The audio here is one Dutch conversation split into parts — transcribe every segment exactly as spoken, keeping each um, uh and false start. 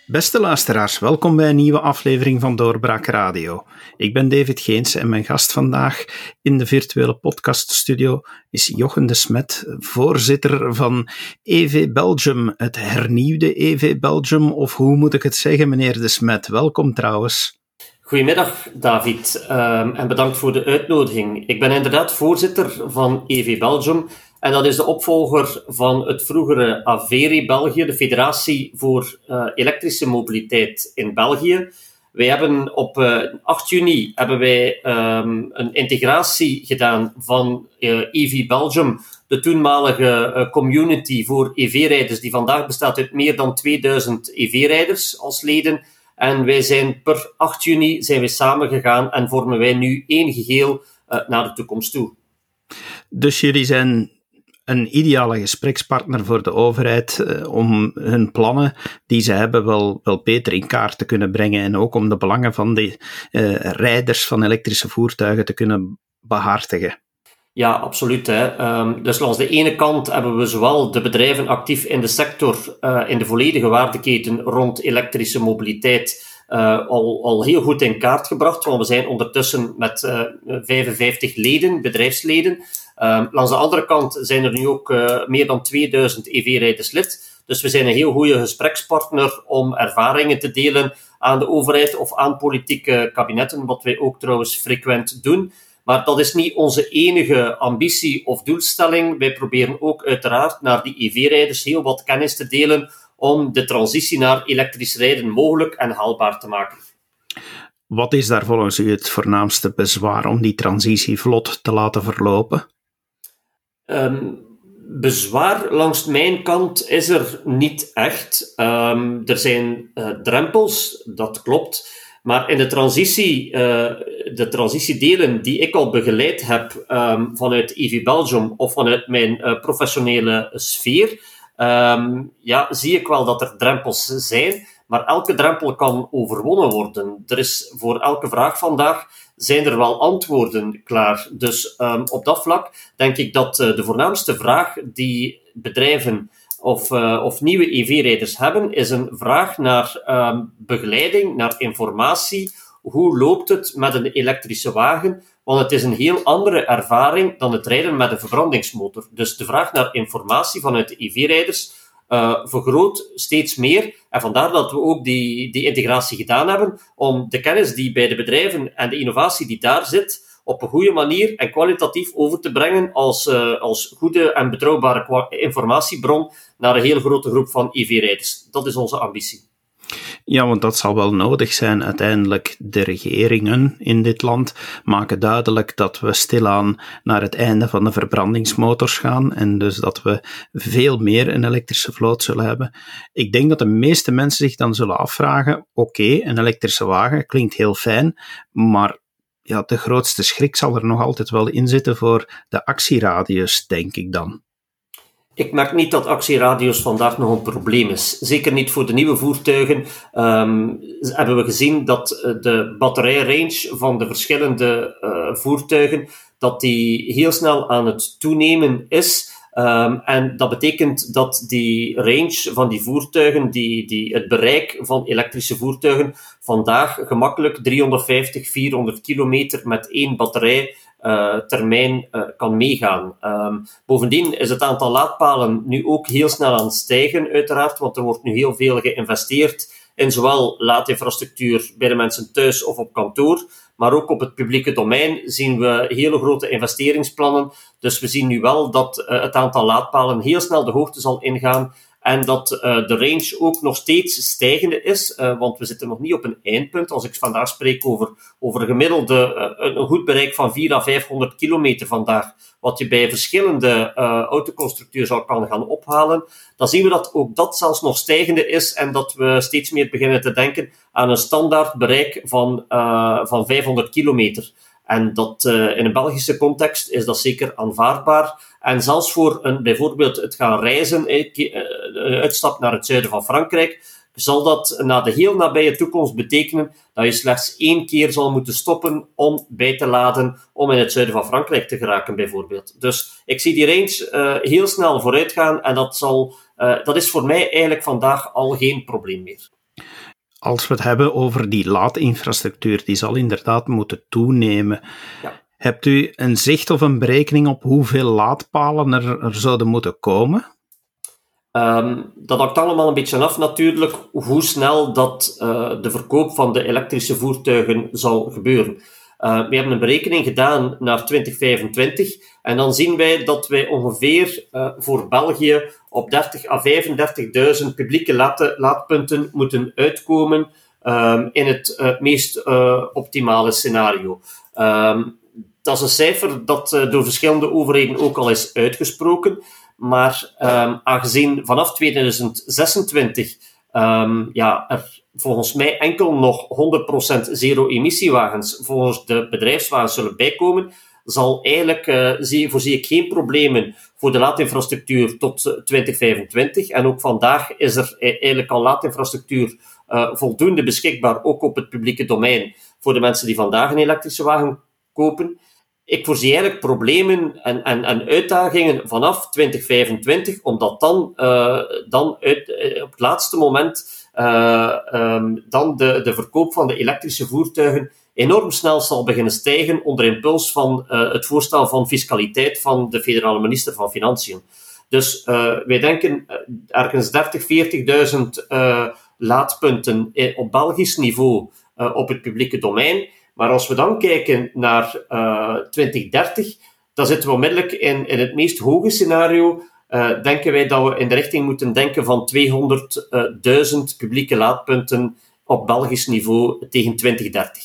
Beste luisteraars, welkom bij een nieuwe aflevering van Doorbraak Radio. Ik ben David Geens en mijn gast vandaag in de virtuele podcaststudio is Jochen de Smet, voorzitter van E V Belgium, het hernieuwde E V Belgium, of hoe moet ik het zeggen, meneer de Smet? Welkom trouwens. Goedemiddag, David, um, en bedankt voor de uitnodiging. Ik ben inderdaad voorzitter van E V Belgium. En dat is de opvolger van het vroegere Averi België, de Federatie voor uh, Elektrische Mobiliteit in België. Wij hebben op uh, acht juni hebben wij um, een integratie gedaan van uh, E V Belgium, de toenmalige uh, community voor E V-rijders, die vandaag bestaat uit meer dan tweeduizend E V-rijders als leden. En wij zijn per acht juni zijn we samengegaan en vormen wij nu één geheel uh, naar de toekomst toe. Dus jullie zijn een ideale gesprekspartner voor de overheid uh, om hun plannen die ze hebben wel, wel beter in kaart te kunnen brengen en ook om de belangen van de uh, rijders van elektrische voertuigen te kunnen behartigen. Ja, absoluut. Hè. Um, dus langs de ene kant hebben we zowel de bedrijven actief in de sector, uh, in de volledige waardeketen rond elektrische mobiliteit, uh, al, al heel goed in kaart gebracht, want we zijn ondertussen met uh, vijfenvijftig leden, bedrijfsleden. Um, langs de andere kant zijn er nu ook uh, meer dan tweeduizend E V-rijders lid. Dus we zijn een heel goede gesprekspartner om ervaringen te delen aan de overheid of aan politieke kabinetten, wat wij ook trouwens frequent doen. Maar dat is niet onze enige ambitie of doelstelling. Wij proberen ook uiteraard naar die E V-rijders heel wat kennis te delen om de transitie naar elektrisch rijden mogelijk en haalbaar te maken. Wat is daar volgens u het voornaamste bezwaar om die transitie vlot te laten verlopen? Um, bezwaar langs mijn kant is er niet echt. Um, er zijn uh, drempels, dat klopt. Maar in de transitie, uh, de transitiedelen die ik al begeleid heb um, vanuit E V Belgium of vanuit mijn uh, professionele sfeer, um, ja, zie ik wel dat er drempels zijn, maar elke drempel kan overwonnen worden. Er is voor elke vraag vandaag zijn er wel antwoorden klaar. Dus um, op dat vlak denk ik dat uh, de voornaamste vraag die bedrijven Of, uh, of nieuwe E V-rijders hebben, is een vraag naar um, begeleiding, naar informatie. Hoe loopt het met een elektrische wagen? Want het is een heel andere ervaring dan het rijden met een verbrandingsmotor. Dus de vraag naar informatie vanuit de E V-rijders uh, vergroot steeds meer. En vandaar dat we ook die, die integratie gedaan hebben, om de kennis die bij de bedrijven en de innovatie die daar zit, op een goede manier en kwalitatief over te brengen als, uh, als goede en betrouwbare kwa- informatiebron naar een heel grote groep van E V-rijders. Dat is onze ambitie. Ja, want dat zal wel nodig zijn. Uiteindelijk, de regeringen in dit land maken duidelijk dat we stilaan naar het einde van de verbrandingsmotors gaan en dus dat we veel meer een elektrische vloot zullen hebben. Ik denk dat de meeste mensen zich dan zullen afvragen, oké, okay, een elektrische wagen klinkt heel fijn, maar ja, de grootste schrik zal er nog altijd wel in zitten voor de actieradius, denk ik dan. Ik merk niet dat actieradius vandaag nog een probleem is. Zeker niet voor de nieuwe voertuigen. Um, hebben we gezien dat de batterijrange van de verschillende uh, voertuigen, dat die heel snel aan het toenemen is. Um, en dat betekent dat die range van die voertuigen, die, die, het bereik van elektrische voertuigen, vandaag gemakkelijk driehonderdvijftig, vierhonderd kilometer met één batterij uh, termijn uh, kan meegaan. Um, bovendien is het aantal laadpalen nu ook heel snel aan het stijgen, uiteraard, want er wordt nu heel veel geïnvesteerd in zowel laadinfrastructuur bij de mensen thuis of op kantoor, maar ook op het publieke domein zien we hele grote investeringsplannen. Dus we zien nu wel dat uh, het aantal laadpalen heel snel de hoogte zal ingaan en dat uh, de range ook nog steeds stijgende is, uh, want we zitten nog niet op een eindpunt. Als ik vandaag spreek over, over een gemiddelde, uh, een goed bereik van vierhonderd à vijfhonderd kilometer vandaag, wat je bij verschillende uh, autoconstructeurs al kan gaan ophalen, dan zien we dat ook dat zelfs nog stijgende is en dat we steeds meer beginnen te denken aan een standaard bereik van, uh, van vijfhonderd kilometer. En dat, uh, in een Belgische context is dat zeker aanvaardbaar. En zelfs voor een, bijvoorbeeld het gaan reizen, een uitstap naar het zuiden van Frankrijk, zal dat na de heel nabije toekomst betekenen dat je slechts één keer zal moeten stoppen om bij te laden om in het zuiden van Frankrijk te geraken, bijvoorbeeld. Dus ik zie die range uh, heel snel vooruit gaan en dat, zal, uh, dat is voor mij eigenlijk vandaag al geen probleem meer. als we het hebben over die laadinfrastructuur, die zal inderdaad moeten toenemen. Ja. Hebt u een zicht of een berekening op hoeveel laadpalen er, er zouden moeten komen? Um, dat hangt allemaal een beetje af natuurlijk hoe snel dat uh, de verkoop van de elektrische voertuigen zal gebeuren. Uh, we hebben een berekening gedaan naar twintig vijfentwintig en dan zien wij dat wij ongeveer uh, voor België op dertig à vijfendertigduizend publieke laad- laadpunten moeten uitkomen um, in het uh, meest uh, optimale scenario. Um, dat is een cijfer dat uh, door verschillende overheden ook al is uitgesproken. Maar um, aangezien vanaf tweeduizend zesentwintig um, ja, er volgens mij enkel nog honderd procent zero-emissiewagens volgens de bedrijfswagens zullen bijkomen, zal eigenlijk, uh, zie, voorzie ik geen problemen voor de laadinfrastructuur tot twintig vijfentwintig. En ook vandaag is er eigenlijk al laadinfrastructuur uh, voldoende beschikbaar, ook op het publieke domein, voor de mensen die vandaag een elektrische wagen kopen. Ik voorzie eigenlijk problemen en, en, en uitdagingen vanaf twintig vijfentwintig, omdat dan, uh, dan uit, uh, op het laatste moment uh, um, dan de, de verkoop van de elektrische voertuigen enorm snel zal beginnen stijgen onder impuls van uh, het voorstel van fiscaliteit van de federale minister van Financiën. Dus uh, wij denken uh, ergens dertig, veertigduizend uh, laadpunten op Belgisch niveau uh, op het publieke domein. Maar als we dan kijken naar uh, twintig dertig, dan zitten we onmiddellijk in, in het meest hoge scenario. Uh, denken wij dat we in de richting moeten denken van tweehonderdduizend publieke laadpunten op Belgisch niveau tegen twintig dertig.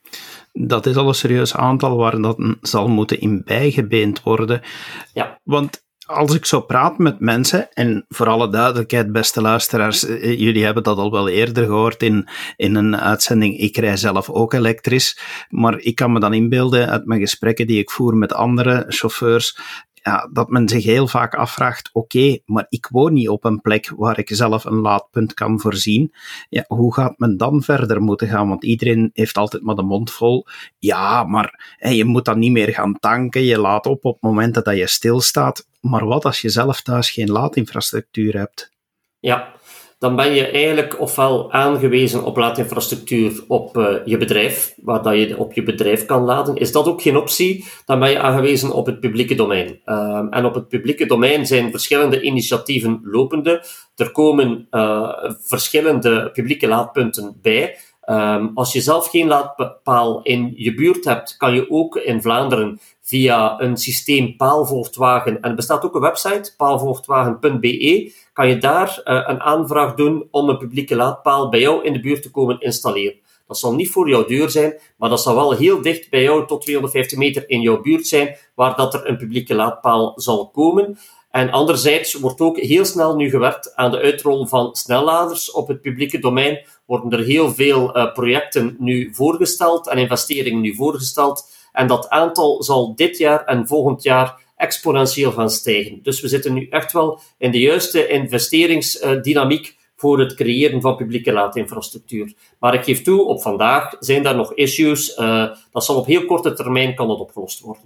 Dat is al een serieus aantal waar dat zal moeten in bijgebeend worden. Ja. Want als ik zo praat met mensen, en voor alle duidelijkheid, beste luisteraars, jullie hebben dat al wel eerder gehoord in, in een uitzending, ik rij zelf ook elektrisch, maar ik kan me dan inbeelden uit mijn gesprekken die ik voer met andere chauffeurs, ja, dat men zich heel vaak afvraagt, oké, okay, maar ik woon niet op een plek waar ik zelf een laadpunt kan voorzien. Ja, hoe gaat men dan verder moeten gaan? Want iedereen heeft altijd maar de mond vol. Ja, maar hey, je moet dan niet meer gaan tanken, je laat op op momenten dat je stilstaat. Maar wat als je zelf thuis geen laadinfrastructuur hebt? Ja, dan ben je eigenlijk ofwel aangewezen op laadinfrastructuur op uh, je bedrijf, waar dat je op je bedrijf kan laden. Is dat ook geen optie? Dan ben je aangewezen op het publieke domein. Uh, en op het publieke domein zijn verschillende initiatieven lopende. Er komen uh, verschillende publieke laadpunten bij. Um, als je zelf geen laadpaal in je buurt hebt, kan je ook in Vlaanderen via een systeem Paalvoogdwagen, en er bestaat ook een website, paalvoogdwagen punt b e, kan je daar uh, een aanvraag doen om een publieke laadpaal bij jou in de buurt te komen installeren. Dat zal niet voor jouw deur zijn, maar dat zal wel heel dicht bij jou, tot tweehonderdvijftig meter in jouw buurt zijn, waar dat er een publieke laadpaal zal komen. En anderzijds wordt ook heel snel nu gewerkt aan de uitrol van snelladers op het publieke domein. Worden er heel veel uh, projecten nu voorgesteld en investeringen nu voorgesteld. En dat aantal zal dit jaar en volgend jaar exponentieel gaan stijgen. Dus we zitten nu echt wel in de juiste investeringsdynamiek voor het creëren van publieke laadinfrastructuur. Maar ik geef toe, op vandaag zijn daar nog issues. Uh, dat zal op heel korte termijn kan dat opgelost worden.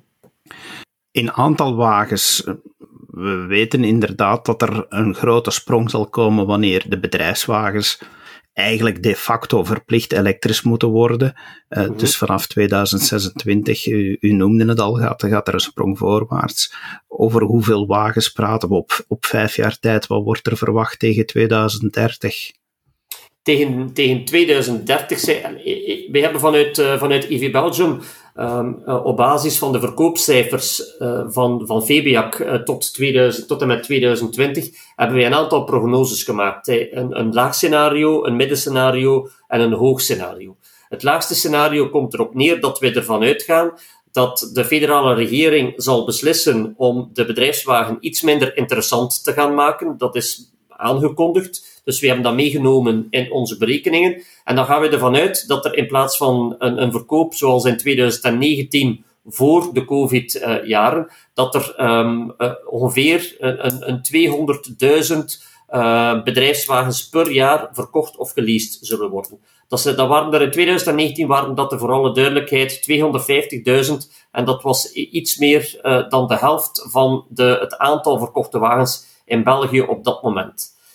In aantal wagens, we weten inderdaad dat er een grote sprong zal komen wanneer de bedrijfswagens eigenlijk de facto verplicht elektrisch moeten worden. Uh, mm-hmm. Dus vanaf tweeduizend zesentwintig, u, u noemde het al, gaat, gaat er een sprong voorwaarts. Over hoeveel wagens praten we op, op vijf jaar tijd? Wat wordt er verwacht tegen tweeduizend dertig? Tegen, tegen tweeduizend dertig, zijn, we hebben vanuit, uh, vanuit I V Belgium um, uh, op basis van de verkoopcijfers uh, van, van Febiac uh, tot, tweeduizend, tot en met tweeduizend twintig, hebben wij een aantal prognoses gemaakt. Een, een laag scenario, een middenscenario en een hoog scenario. Het laagste scenario komt erop neer dat wij ervan uitgaan dat de federale regering zal beslissen om de bedrijfswagen iets minder interessant te gaan maken. Dat is aangekondigd. Dus we hebben dat meegenomen in onze berekeningen. En dan gaan we ervan uit dat er in plaats van een, een verkoop zoals in tweeduizend negentien voor de COVID-jaren, dat er um, uh, ongeveer een, een tweehonderdduizend uh, bedrijfswagens per jaar verkocht of geleased zullen worden. Dat, ze, dat waren er in tweeduizend negentien waren dat er voor alle duidelijkheid tweehonderdvijftigduizend en dat was iets meer uh, dan de helft van de, het aantal verkochte wagens in België op dat moment.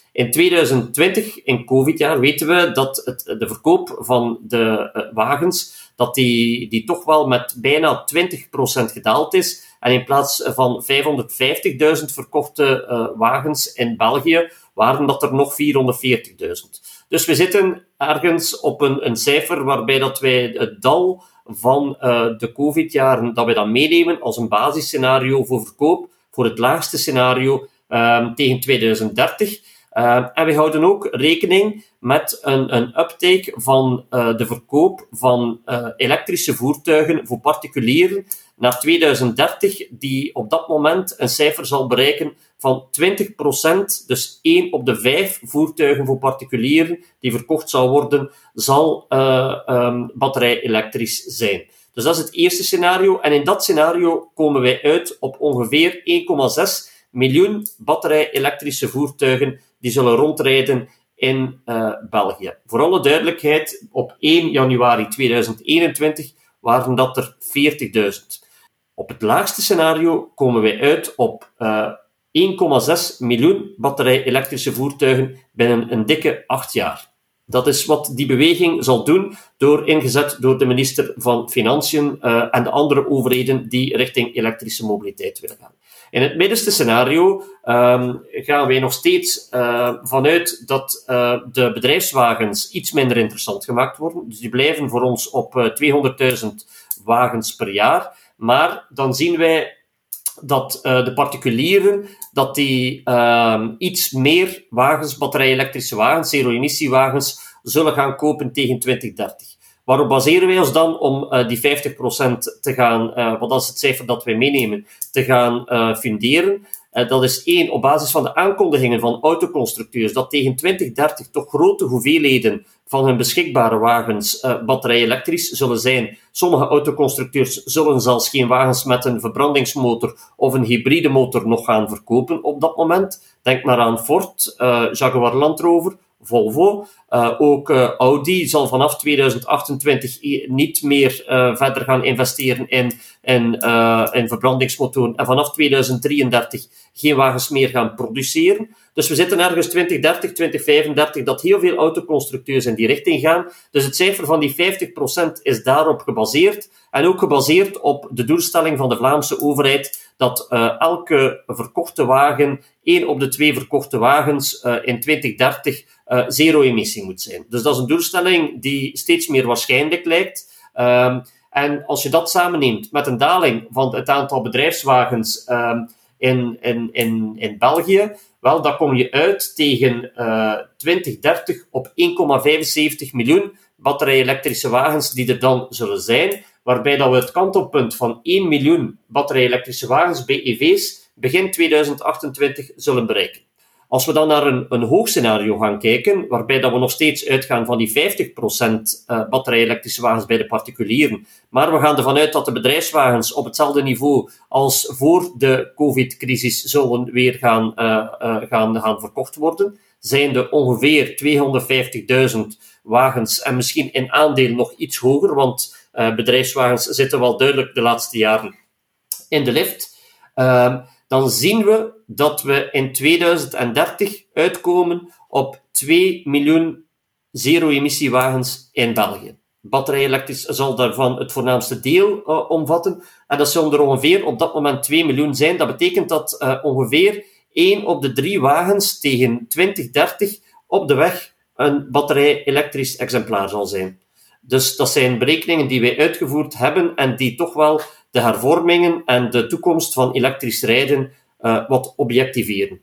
In tweeduizend twintig, in COVID-jaar, weten we dat het, de verkoop van de uh, wagens, dat die, die toch wel met bijna twintig procent gedaald is. En in plaats van vijfhonderdvijftigduizend verkochte uh, wagens in België, waren dat er nog vierhonderdveertigduizend. Dus we zitten ergens op een, een cijfer waarbij dat wij het dal van uh, de COVID-jaren, dat wij dat meenemen als een basisscenario voor verkoop, voor het laagste scenario uh, tegen tweeduizend dertig. Uh, en we houden ook rekening met een, een uptake van uh, de verkoop van uh, elektrische voertuigen voor particulieren naar tweeduizend dertig, die op dat moment een cijfer zal bereiken van twintig procent, dus één op de vijf voertuigen voor particulieren die verkocht zal worden, zal uh, um, batterij-elektrisch zijn. Dus dat is het eerste scenario. En in dat scenario komen wij uit op ongeveer één komma zes miljoen batterij-elektrische voertuigen die zullen rondrijden in uh, België. Voor alle duidelijkheid, op één januari tweeduizend eenentwintig waren dat er veertigduizend. Op het laagste scenario komen wij uit op uh, één komma zes miljoen batterij-elektrische voertuigen binnen een dikke acht jaar. Dat is wat die beweging zal doen, door ingezet door de minister van Financiën uh, en de andere overheden die richting elektrische mobiliteit willen gaan. In het middenste scenario um, gaan wij nog steeds uh, vanuit dat uh, de bedrijfswagens iets minder interessant gemaakt worden. Dus die blijven voor ons op uh, tweehonderdduizend wagens per jaar. Maar dan zien wij dat uh, de particulieren dat die uh, iets meer wagens, batterij-elektrische wagens, zero-emissiewagens, zullen gaan kopen tegen twintig dertig. Waarop baseren wij ons dan om uh, die vijftig procent te gaan, uh, wat dat is het cijfer dat wij meenemen, te gaan uh, funderen? Uh, dat is één, op basis van de aankondigingen van autoconstructeurs, dat tegen twintig dertig toch grote hoeveelheden van hun beschikbare wagens uh, batterij-elektrisch zullen zijn. Sommige autoconstructeurs zullen zelfs geen wagens met een verbrandingsmotor of een hybride motor nog gaan verkopen op dat moment. Denk maar aan Ford, uh, Jaguar Land Rover, Volvo. Uh, ook uh, Audi zal vanaf tweeduizend achtentwintig niet meer uh, verder gaan investeren in, in, uh, in verbrandingsmotoren en vanaf tweeduizend drieëndertig geen wagens meer gaan produceren. Dus we zitten ergens twintig dertig, twintig vijfendertig dat heel veel autoconstructeurs in die richting gaan. Dus het cijfer van die vijftig procent is daarop gebaseerd en ook gebaseerd op de doelstelling van de Vlaamse overheid dat uh, elke verkochte wagen, één op de twee verkochte wagens uh, in twintig dertig uh, zero-emissie moet zijn. Dus dat is een doelstelling die steeds meer waarschijnlijk lijkt. Um, en als je dat samenneemt met een daling van het aantal bedrijfswagens um, in, in, in, in België, wel, dan kom je uit tegen uh, twintig dertig op één komma vijfenzeventig miljoen batterij-elektrische wagens die er dan zullen zijn, waarbij dat we het kantelpunt van één miljoen batterij-elektrische wagens, B E V's, begin tweeduizend achtentwintig zullen bereiken. Als we dan naar een, een hoog scenario gaan kijken, waarbij dat we nog steeds uitgaan van die vijftig procent uh, batterij-elektrische wagens bij de particulieren, maar we gaan ervan uit dat de bedrijfswagens op hetzelfde niveau als voor de COVID-crisis zullen weer gaan, uh, uh, gaan, gaan verkocht worden, zijn er ongeveer tweehonderdvijftigduizend wagens en misschien in aandeel nog iets hoger, want uh, bedrijfswagens zitten wel duidelijk de laatste jaren in de lift. Uh, dan zien we dat we in tweeduizend dertig uitkomen op twee miljoen zero-emissiewagens in België. Batterij-elektrisch zal daarvan het voornaamste deel uh, omvatten. En dat zullen er ongeveer op dat moment twee miljoen zijn. Dat betekent dat uh, ongeveer één op de drie wagens tegen twintig dertig op de weg een batterij-elektrisch exemplaar zal zijn. Dus dat zijn berekeningen die wij uitgevoerd hebben en die toch wel de hervormingen en de toekomst van elektrisch rijden uh, wat objectiveren.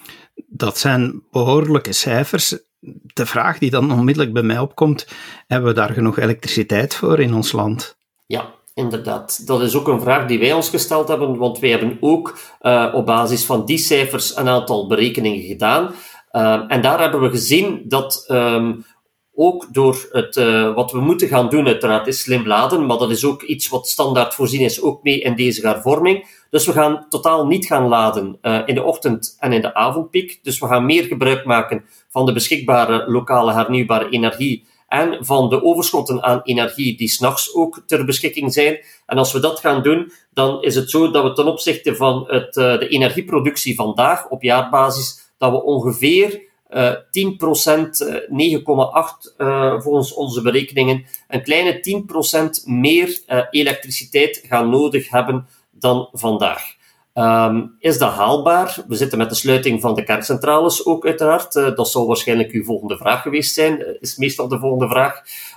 Dat zijn behoorlijke cijfers. De vraag die dan onmiddellijk bij mij opkomt, hebben we daar genoeg elektriciteit voor in ons land? Ja, inderdaad. Dat is ook een vraag die wij ons gesteld hebben, want wij hebben ook uh, op basis van die cijfers een aantal berekeningen gedaan. Uh, en daar hebben we gezien dat um, ook door het, uh, wat we moeten gaan doen, uiteraard is slim laden, maar dat is ook iets wat standaard voorzien is, ook mee in deze hervorming. Dus we gaan totaal niet gaan laden uh, in de ochtend en in de avondpiek. Dus we gaan meer gebruik maken van de beschikbare lokale hernieuwbare energie en van de overschotten aan energie die 's nachts ook ter beschikking zijn. En als we dat gaan doen, dan is het zo dat we ten opzichte van het, uh, de energieproductie vandaag op jaarbasis, dat we ongeveer uh, tien procent, uh, negen komma acht uh, volgens onze berekeningen, een kleine tien procent meer uh, elektriciteit gaan nodig hebben dan vandaag. Um, is dat haalbaar? We zitten met de sluiting van de kerncentrales ook uiteraard. Uh, dat zal waarschijnlijk uw volgende vraag geweest zijn. Uh, is meestal de volgende vraag.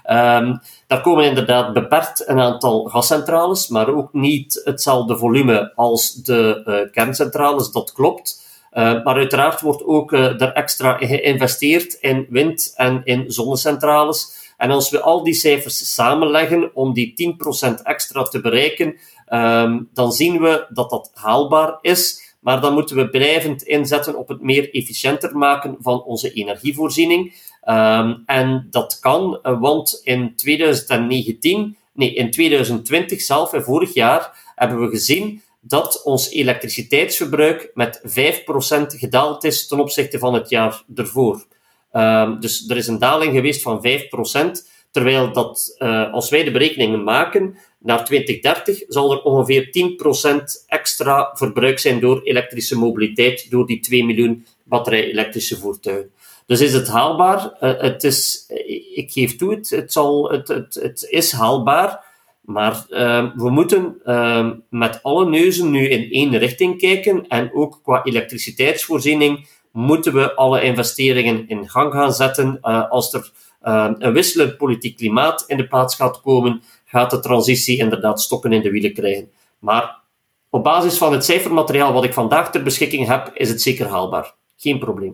Um, daar komen inderdaad beperkt een aantal gascentrales, maar ook niet hetzelfde volume als de uh, kerncentrales. Dat klopt. Uh, maar uiteraard wordt ook uh, er extra geïnvesteerd in wind- en in zonnecentrales. En als we al die cijfers samenleggen om die tien procent extra te bereiken, um, dan zien we dat dat haalbaar is. Maar dan moeten we blijvend inzetten op het meer efficiënter maken van onze energievoorziening. Um, en dat kan, uh, want in twintig negentien, nee, in twintig twintig zelf, en vorig jaar, hebben we gezien dat ons elektriciteitsverbruik met vijf procent gedaald is ten opzichte van het jaar ervoor. Um, dus er is een daling geweest van vijf procent, terwijl dat, uh, als wij de berekeningen maken, naar twintig dertig zal er ongeveer tien procent extra verbruik zijn door elektrische mobiliteit, door die twee miljoen batterij-elektrische voertuigen. Dus is het haalbaar? Uh, het is, ik geef toe, het, het, zal, het, het, het is haalbaar, maar uh, we moeten uh, met alle neuzen nu in één richting kijken en ook qua elektriciteitsvoorziening moeten we alle investeringen in gang gaan zetten. Uh, als er uh, een wisselend politiek klimaat in de plaats gaat komen, gaat de transitie inderdaad stokken in de wielen krijgen. Maar op basis van het cijfermateriaal wat ik vandaag ter beschikking heb, is het zeker haalbaar. Geen probleem.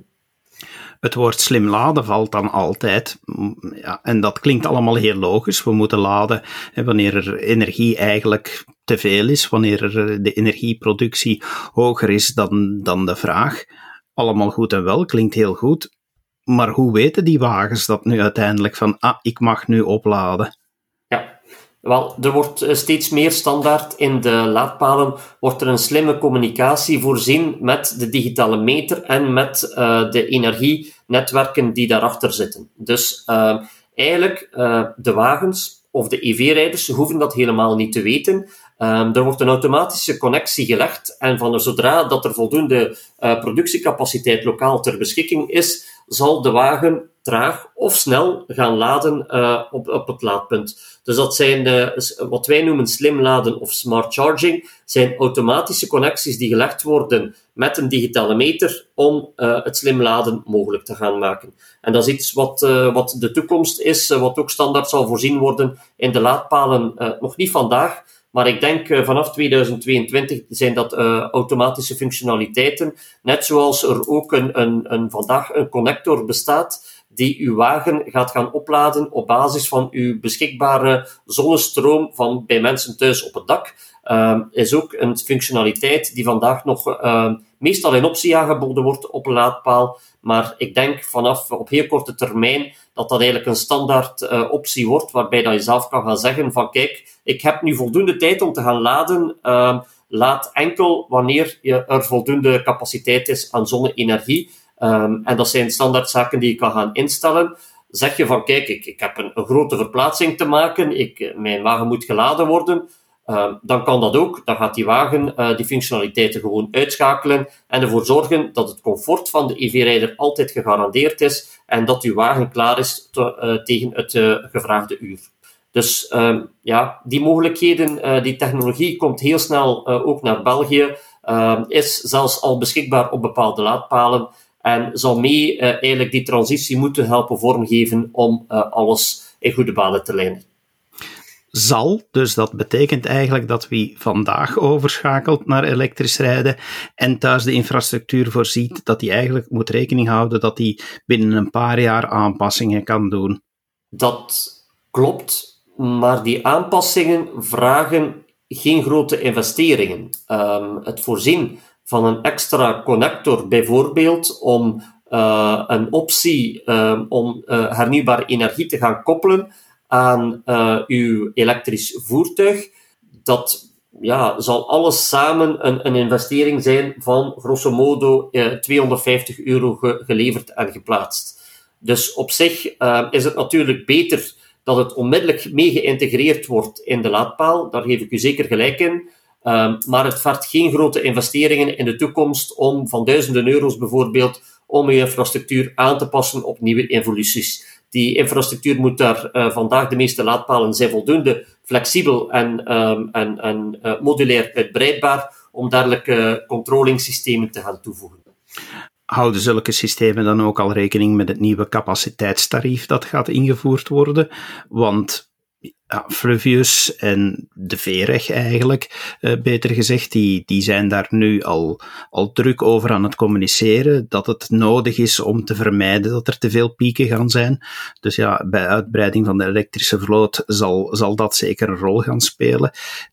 Het woord slim laden valt dan altijd. Ja, en dat klinkt allemaal heel logisch. We moeten laden wanneer er energie eigenlijk te veel is, wanneer er de energieproductie hoger is dan, dan de vraag. Allemaal goed en wel, klinkt heel goed. Maar hoe weten die wagens dat nu uiteindelijk van, ah, ik mag nu opladen? Ja, wel, er wordt steeds meer standaard in de laadpalen, wordt er een slimme communicatie voorzien met de digitale meter en met uh, de energienetwerken die daarachter zitten. Dus uh, eigenlijk, uh, de wagens of de E V-rijders hoeven dat helemaal niet te weten. Um, er wordt een automatische connectie gelegd en van zodra dat er voldoende uh, productiecapaciteit lokaal ter beschikking is, zal de wagen traag of snel gaan laden uh, op, op het laadpunt. Dus dat zijn uh, wat wij noemen slim laden of smart charging, zijn automatische connecties die gelegd worden met een digitale meter om uh, het slim laden mogelijk te gaan maken. En dat is iets wat, uh, wat de toekomst is, uh, wat ook standaard zal voorzien worden in de laadpalen, uh, nog niet vandaag. Maar ik denk uh, vanaf twintig tweeëntwintig zijn dat uh, automatische functionaliteiten. Net zoals er ook een, een, een, vandaag een connector bestaat die uw wagen gaat gaan opladen op basis van uw beschikbare zonnestroom van bij mensen thuis op het dak. Uh, is ook een functionaliteit die vandaag nog uh, meestal in optie aangeboden wordt op een laadpaal. Maar ik denk vanaf op heel korte termijn dat dat eigenlijk een standaard uh, optie wordt, waarbij dat je zelf kan gaan zeggen van kijk, ik heb nu voldoende tijd om te gaan laden. Uh, laad enkel wanneer je er voldoende capaciteit is aan zonne-energie. Um, en dat zijn standaardzaken die je kan gaan instellen. Zeg je van kijk, ik, ik heb een, een grote verplaatsing te maken, ik, mijn wagen moet geladen worden. Uh, dan kan dat ook. Dan gaat die wagen uh, die functionaliteiten gewoon uitschakelen en ervoor zorgen dat het comfort van de E V-rijder altijd gegarandeerd is en dat uw wagen klaar is te, uh, tegen het uh, gevraagde uur. Dus uh, ja, die mogelijkheden, uh, die technologie komt heel snel uh, ook naar België, uh, is zelfs al beschikbaar op bepaalde laadpalen en zal mee uh, eigenlijk die transitie moeten helpen vormgeven om uh, alles in goede banen te leiden. Zal, dus dat betekent eigenlijk dat wie vandaag overschakelt naar elektrisch rijden en thuis de infrastructuur voorziet, dat hij eigenlijk moet rekening houden dat hij binnen een paar jaar aanpassingen kan doen. Dat klopt, maar die aanpassingen vragen geen grote investeringen. Um, het voorzien van een extra connector bijvoorbeeld om uh, een optie um, om uh, hernieuwbare energie te gaan koppelen aan uh, uw elektrisch voertuig, dat ja, zal alles samen een, een investering zijn van grosso modo uh, tweehonderdvijftig euro ge, geleverd en geplaatst. Dus op zich uh, is het natuurlijk beter dat het onmiddellijk mee geïntegreerd wordt in de laadpaal, daar geef ik u zeker gelijk in. Um, maar het vergt geen grote investeringen in de toekomst om van duizenden euro's bijvoorbeeld om je infrastructuur aan te passen op nieuwe evoluties. Die infrastructuur moet daar uh, vandaag, de meeste laadpalen zijn voldoende flexibel en, um, en, en uh, modulair uitbreidbaar om dergelijke controlingsystemen te gaan toevoegen. Houden zulke systemen dan ook al rekening met het nieuwe capaciteitstarief dat gaat ingevoerd worden? Want ja, Fluvius en de V R E G eigenlijk, uh, beter gezegd, die, die zijn daar nu al, al druk over aan het communiceren, dat het nodig is om te vermijden dat er te veel pieken gaan zijn. Dus ja, bij uitbreiding van de elektrische vloot zal, zal dat zeker een rol gaan spelen.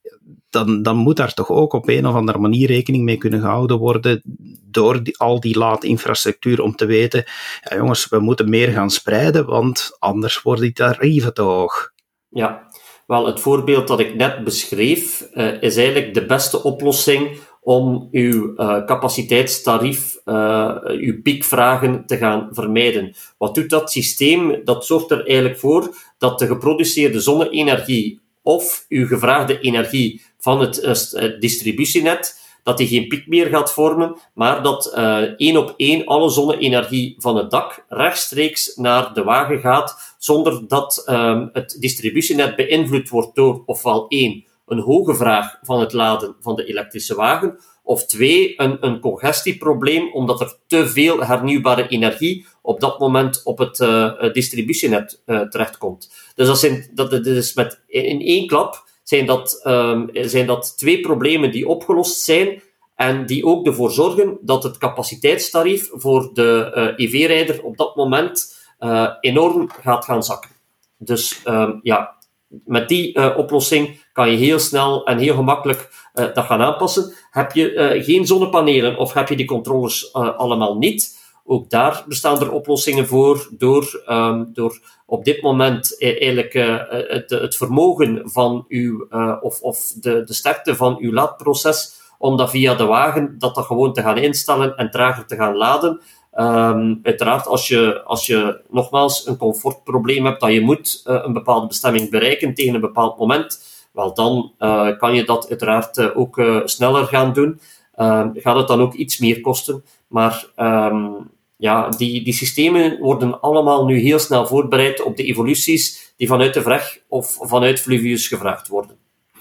Dan, dan moet daar toch ook op een of andere manier rekening mee kunnen gehouden worden door die, al die laadinfrastructuur om te weten, ja jongens, we moeten meer gaan spreiden, want anders worden die tarieven te hoog. Ja, wel, het voorbeeld dat ik net beschreef uh, is eigenlijk de beste oplossing om uw uh, capaciteitstarief, uh, uw piekvragen te gaan vermijden. Wat doet dat systeem? Dat zorgt er eigenlijk voor dat de geproduceerde zonne-energie of uw gevraagde energie van het uh, distributienet, dat die geen piek meer gaat vormen, maar dat uh, één op één alle zonne-energie van het dak rechtstreeks naar de wagen gaat, zonder dat um, het distributienet beïnvloed wordt door ofwel één, een hoge vraag van het laden van de elektrische wagen, of twee, een, een congestieprobleem, omdat er te veel hernieuwbare energie op dat moment op het uh, distributienet uh, terechtkomt. Dus dat, zijn, dat, dat is met, in één klap zijn dat, um, zijn dat twee problemen die opgelost zijn en die ook ervoor zorgen dat het capaciteitstarief voor de uh, E V-rijder op dat moment uh, enorm gaat gaan zakken. Dus um, ja, met die uh, oplossing kan je heel snel en heel gemakkelijk uh, dat gaan aanpassen. Heb je uh, geen zonnepanelen of heb je die controllers uh, allemaal niet? Ook daar bestaan er oplossingen voor door, um, door op dit moment uh, eigenlijk uh, het, het vermogen van uw, uh, of, of de, de sterkte van uw laadproces, om dat via de wagen dat, dat gewoon te gaan instellen en trager te gaan laden. Um, uiteraard, als je, als je nogmaals een comfortprobleem hebt, dat je moet uh, een bepaalde bestemming bereiken tegen een bepaald moment, wel dan uh, kan je dat uiteraard uh, ook uh, sneller gaan doen. Uh, gaat het dan ook iets meer kosten, maar um, ja, die, die systemen worden allemaal nu heel snel voorbereid op de evoluties die vanuit de V R E G of vanuit Fluvius gevraagd worden.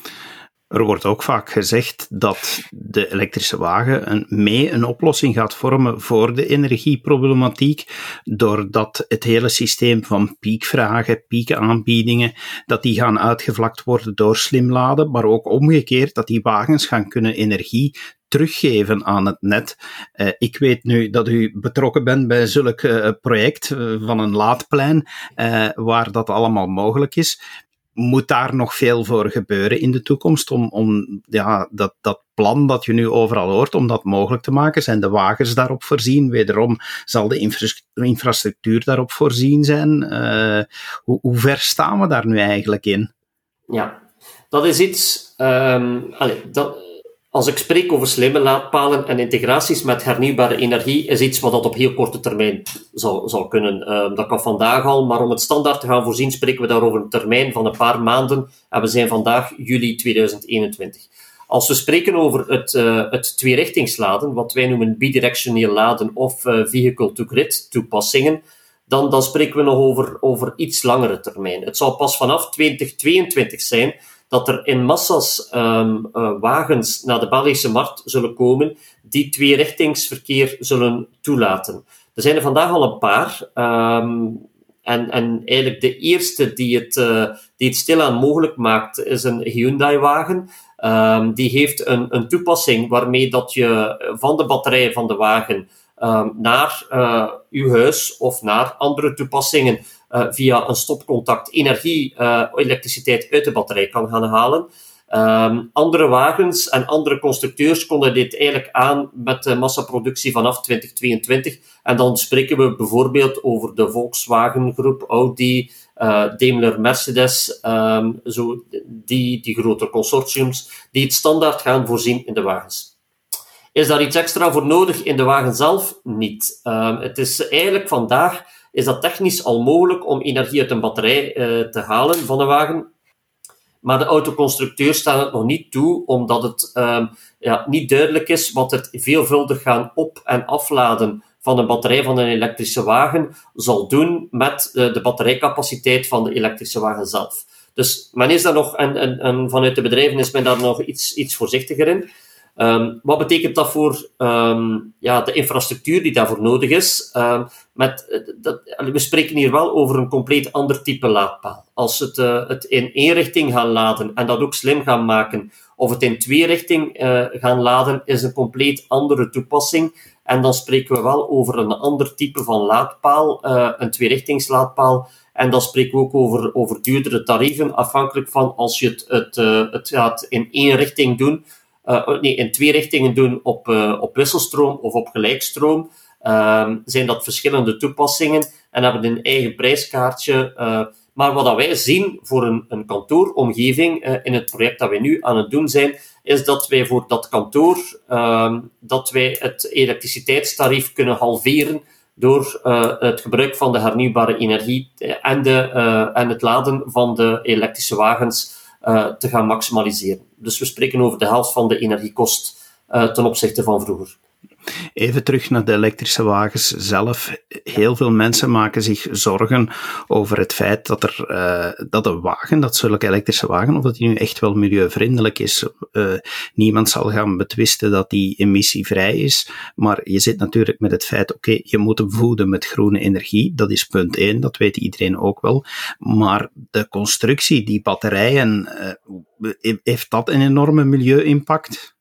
Er wordt ook vaak gezegd dat de elektrische wagen een, mee een oplossing gaat vormen voor de energieproblematiek, doordat het hele systeem van piekvragen, piekaanbiedingen, dat die gaan uitgevlakt worden door slim laden, maar ook omgekeerd dat die wagens gaan kunnen energie teruggeven aan het net. Uh, ik weet nu dat u betrokken bent bij zulk uh, project uh, van een laadplein, uh, waar dat allemaal mogelijk is. Moet daar nog veel voor gebeuren in de toekomst om, om ja, dat, dat plan dat je nu overal hoort, om dat mogelijk te maken? Zijn de wagens daarop voorzien? Wederom zal de infra- infrastructuur daarop voorzien zijn? Uh, hoe, hoe ver staan we daar nu eigenlijk in? Ja, dat is iets... Um, allez, dat... Als ik spreek over slimme laadpalen en integraties met hernieuwbare energie, is iets wat dat op heel korte termijn zal, zal kunnen. Uh, dat kan vandaag al, maar om het standaard te gaan voorzien, spreken we daar over een termijn van een paar maanden. En we zijn vandaag juli tweeduizend eenentwintig. Als we spreken over het, uh, het tweerichtingsladen, wat wij noemen bidirectioneel laden of uh, vehicle-to-grid toepassingen, dan, dan spreken we nog over, over iets langere termijn. Het zal pas vanaf twintig tweeëntwintig zijn dat er in massa's um, uh, wagens naar de Belgische markt zullen komen die tweerichtingsverkeer zullen toelaten. Er zijn er vandaag al een paar. Um, en, en eigenlijk de eerste die het, uh, die het stilaan mogelijk maakt, is een Hyundai-wagen. Um, die heeft een, een toepassing waarmee dat je van de batterij van de wagen um, naar uh, uw huis of naar andere toepassingen Uh, via een stopcontact energie, uh, elektriciteit uit de batterij kan gaan halen. Um, andere wagens en andere constructeurs konden dit eigenlijk aan met de massaproductie vanaf twintig tweeëntwintig. En dan spreken we bijvoorbeeld over de Volkswagen groep, Audi, uh, Daimler, Mercedes, um, zo die, die grote consortiums, die het standaard gaan voorzien in de wagens. Is daar iets extra voor nodig in de wagen zelf? Niet. Um, het is eigenlijk vandaag is dat technisch al mogelijk om energie uit een batterij uh, te halen van een wagen. Maar de autoconstructeurs staan het nog niet toe, omdat het um, ja, niet duidelijk is wat het veelvuldig gaan op- en afladen van een batterij van een elektrische wagen zal doen met uh, de batterijcapaciteit van de elektrische wagen zelf. Dus men is daar nog, en, en, en vanuit de bedrijven is men daar nog iets, iets voorzichtiger in. Um, wat betekent dat voor um, ja, de infrastructuur die daarvoor nodig is? Um, met, dat, we spreken hier wel over een compleet ander type laadpaal. Als het, uh, het in één richting gaan laden en dat ook slim gaan maken, of het in twee richting uh, gaan laden, is een compleet andere toepassing. En dan spreken we wel over een ander type van laadpaal, uh, een tweerichtingslaadpaal. En dan spreken we ook over, over duurdere tarieven, afhankelijk van als je het, het, uh, het gaat in één richting doen, uh, nee, in twee richtingen doen op, uh, op wisselstroom of op gelijkstroom. Uh, zijn dat verschillende toepassingen en hebben een eigen prijskaartje. Uh, maar wat dat wij zien voor een, een kantooromgeving uh, in het project dat wij nu aan het doen zijn, is dat wij voor dat kantoor uh, dat wij het elektriciteitstarief kunnen halveren door uh, het gebruik van de hernieuwbare energie en, de, uh, en het laden van de elektrische wagens uh, te gaan maximaliseren. Dus we spreken over de helft van de energiekost uh, ten opzichte van vroeger. Even terug naar de elektrische wagens zelf. Heel veel mensen maken zich zorgen over het feit dat er uh, dat een wagen, dat zulke elektrische wagen, of dat die nu echt wel milieuvriendelijk is. Uh, niemand zal gaan betwisten dat die emissievrij is, maar je zit natuurlijk met het feit, oké, okay, je moet hem voeden met groene energie, dat is punt één, dat weet iedereen ook wel. Maar de constructie, die batterijen, uh, heeft dat een enorme milieu-impact?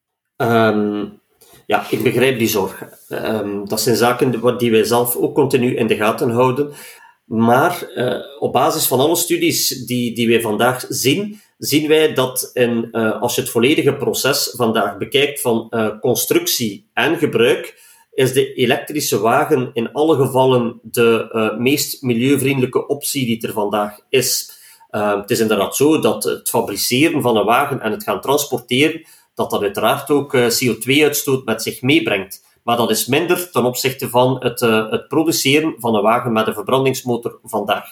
Um... Ja, ik begrijp die zorg. Um, dat zijn zaken die wij zelf ook continu in de gaten houden. Maar uh, op basis van alle studies die, die wij vandaag zien, zien wij dat in, uh, als je het volledige proces vandaag bekijkt van uh, constructie en gebruik, is de elektrische wagen in alle gevallen de uh, meest milieuvriendelijke optie die er vandaag is. Uh, het is inderdaad zo dat het fabriceren van een wagen en het gaan transporteren, dat dat uiteraard ook C O twee uitstoot met zich meebrengt. Maar dat is minder ten opzichte van het, uh, het produceren van een wagen met een verbrandingsmotor vandaag.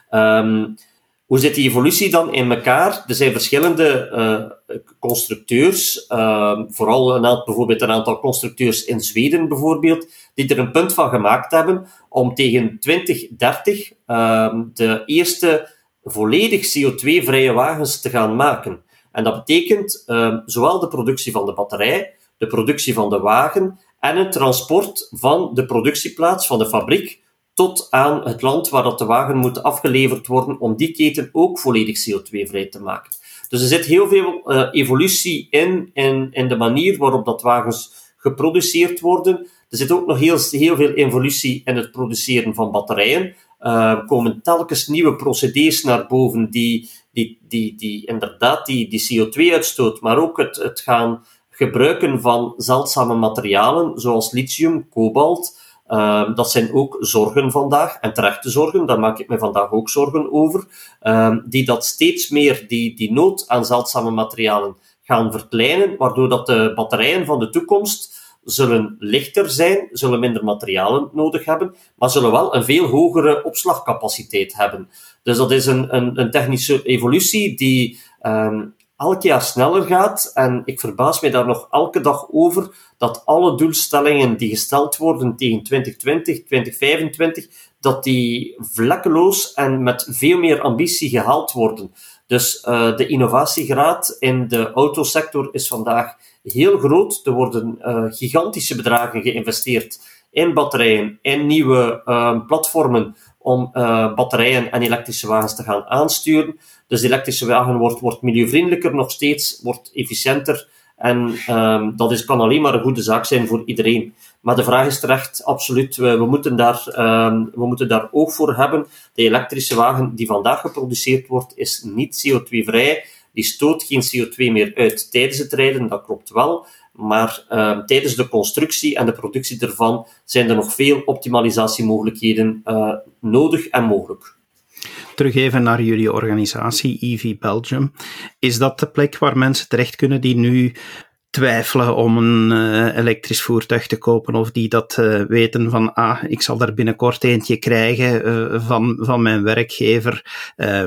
Um, hoe zit die evolutie dan in elkaar? Er zijn verschillende uh, constructeurs, uh, vooral een aantal, bijvoorbeeld een aantal constructeurs in Zweden bijvoorbeeld, die er een punt van gemaakt hebben om tegen twintig dertig uh, de eerste volledig C O twee vrije wagens te gaan maken. En dat betekent uh, zowel de productie van de batterij, de productie van de wagen en het transport van de productieplaats van de fabriek tot aan het land waar dat de wagen moet afgeleverd worden om die keten ook volledig C O twee vrij te maken. Dus er zit heel veel uh, evolutie in, in, in de manier waarop dat wagens geproduceerd worden. Er zit ook nog heel, heel veel evolutie in het produceren van batterijen. Er uh, komen telkens nieuwe procedés naar boven die, die, die, die inderdaad die, die C O twee uitstoot, maar ook het, het gaan gebruiken van zeldzame materialen, zoals lithium, kobalt. Uh, dat zijn ook zorgen vandaag, en terechte zorgen, daar maak ik me vandaag ook zorgen over, uh, die dat steeds meer, die, die nood aan zeldzame materialen gaan verkleinen, waardoor dat de batterijen van de toekomst zullen lichter zijn, zullen minder materialen nodig hebben, maar zullen wel een veel hogere opslagcapaciteit hebben. Dus dat is een, een, een technische evolutie die um, elk jaar sneller gaat, en ik verbaas mij daar nog elke dag over dat alle doelstellingen die gesteld worden tegen twintig twintig, twintig vijfentwintig, dat die vlekkeloos en met veel meer ambitie gehaald worden. Dus uh, de innovatiegraad in de autosector is vandaag heel groot. Er worden uh, gigantische bedragen geïnvesteerd in batterijen, in nieuwe uh, platformen om uh, batterijen en elektrische wagens te gaan aansturen. Dus de elektrische wagen wordt, wordt milieuvriendelijker nog steeds, wordt efficiënter. En um, dat is, kan alleen maar een goede zaak zijn voor iedereen. Maar de vraag is terecht, absoluut, we, we, moeten daar, um, we moeten daar oog voor hebben. De elektrische wagen die vandaag geproduceerd wordt, is niet C O twee vrij. Die stoot geen C O twee meer uit tijdens het rijden, dat klopt wel. Maar um, tijdens de constructie en de productie ervan zijn er nog veel optimalisatiemogelijkheden uh, nodig en mogelijk. Terug even naar jullie organisatie, E V Belgium. Is dat de plek waar mensen terecht kunnen die nu twijfelen om een uh, elektrisch voertuig te kopen, of die dat uh, weten van, ah, ik zal daar binnenkort eentje krijgen uh, van, van mijn werkgever. Uh,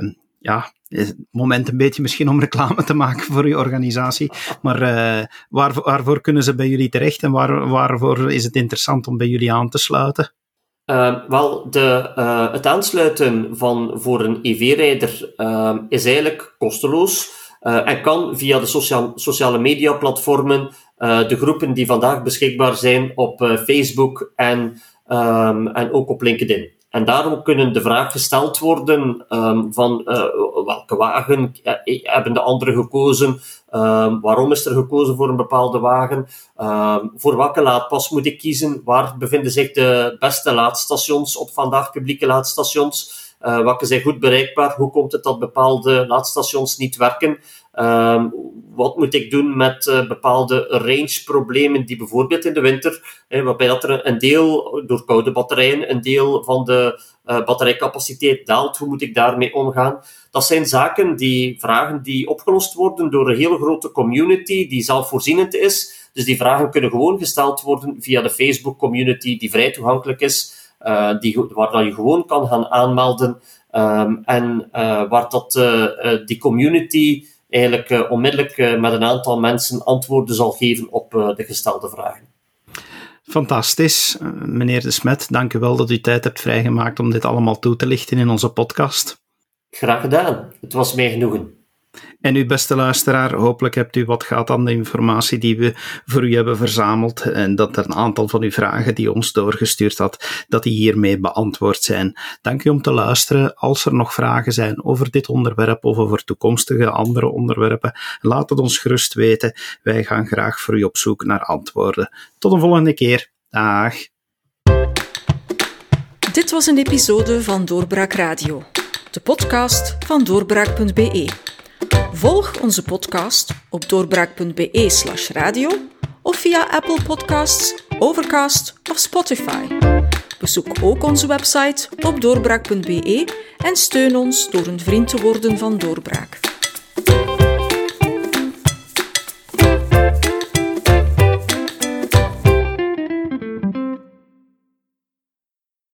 ja, het moment een beetje misschien om reclame te maken voor uw organisatie. Maar uh, waar, waarvoor kunnen ze bij jullie terecht en waar, waarvoor is het interessant om bij jullie aan te sluiten? Uh, wel, de, uh, het aansluiten van, voor een E V-rijder uh, is eigenlijk kosteloos uh, en kan via de socia- sociale media platformen, uh, de groepen die vandaag beschikbaar zijn op uh, Facebook en, um, en ook op LinkedIn. En daarom kunnen de vraag gesteld worden um, van uh, welke wagen hebben de anderen gekozen, um, waarom is er gekozen voor een bepaalde wagen, um, voor welke laadpas moet ik kiezen, waar bevinden zich de beste laadstations op vandaag publieke laadstations, uh, welke zijn goed bereikbaar, hoe komt het dat bepaalde laadstations niet werken, um, wat moet ik doen met uh, bepaalde range-problemen die bijvoorbeeld in de winter, eh, waarbij dat er een deel, door koude batterijen, een deel van de uh, batterijcapaciteit daalt, hoe moet ik daarmee omgaan? Dat zijn zaken, die vragen die opgelost worden door een hele grote community die zelfvoorzienend is. Dus die vragen kunnen gewoon gesteld worden via de Facebook-community die vrij toegankelijk is, uh, die, waar dat je gewoon kan gaan aanmelden um, en uh, waar dat, uh, uh, die community eigenlijk uh, onmiddellijk uh, met een aantal mensen antwoorden zal geven op uh, de gestelde vragen. Fantastisch. Uh, meneer De Smet, dank u wel dat u tijd hebt vrijgemaakt om dit allemaal toe te lichten in onze podcast. Graag gedaan. Het was mij genoegen. En uw beste luisteraar, hopelijk hebt u wat gehad aan de informatie die we voor u hebben verzameld en dat er een aantal van uw vragen die u ons doorgestuurd had, dat die hiermee beantwoord zijn. Dank u om te luisteren. Als er nog vragen zijn over dit onderwerp of over toekomstige andere onderwerpen, laat het ons gerust weten. Wij gaan graag voor u op zoek naar antwoorden. Tot een volgende keer. Dag. Dit was een episode van Doorbraak Radio, de podcast van doorbraak punt b e. Volg onze podcast op doorbraak punt b e slash radio of via Apple Podcasts, Overcast of Spotify. Bezoek ook onze website op doorbraak punt b e en steun ons door een vriend te worden van Doorbraak.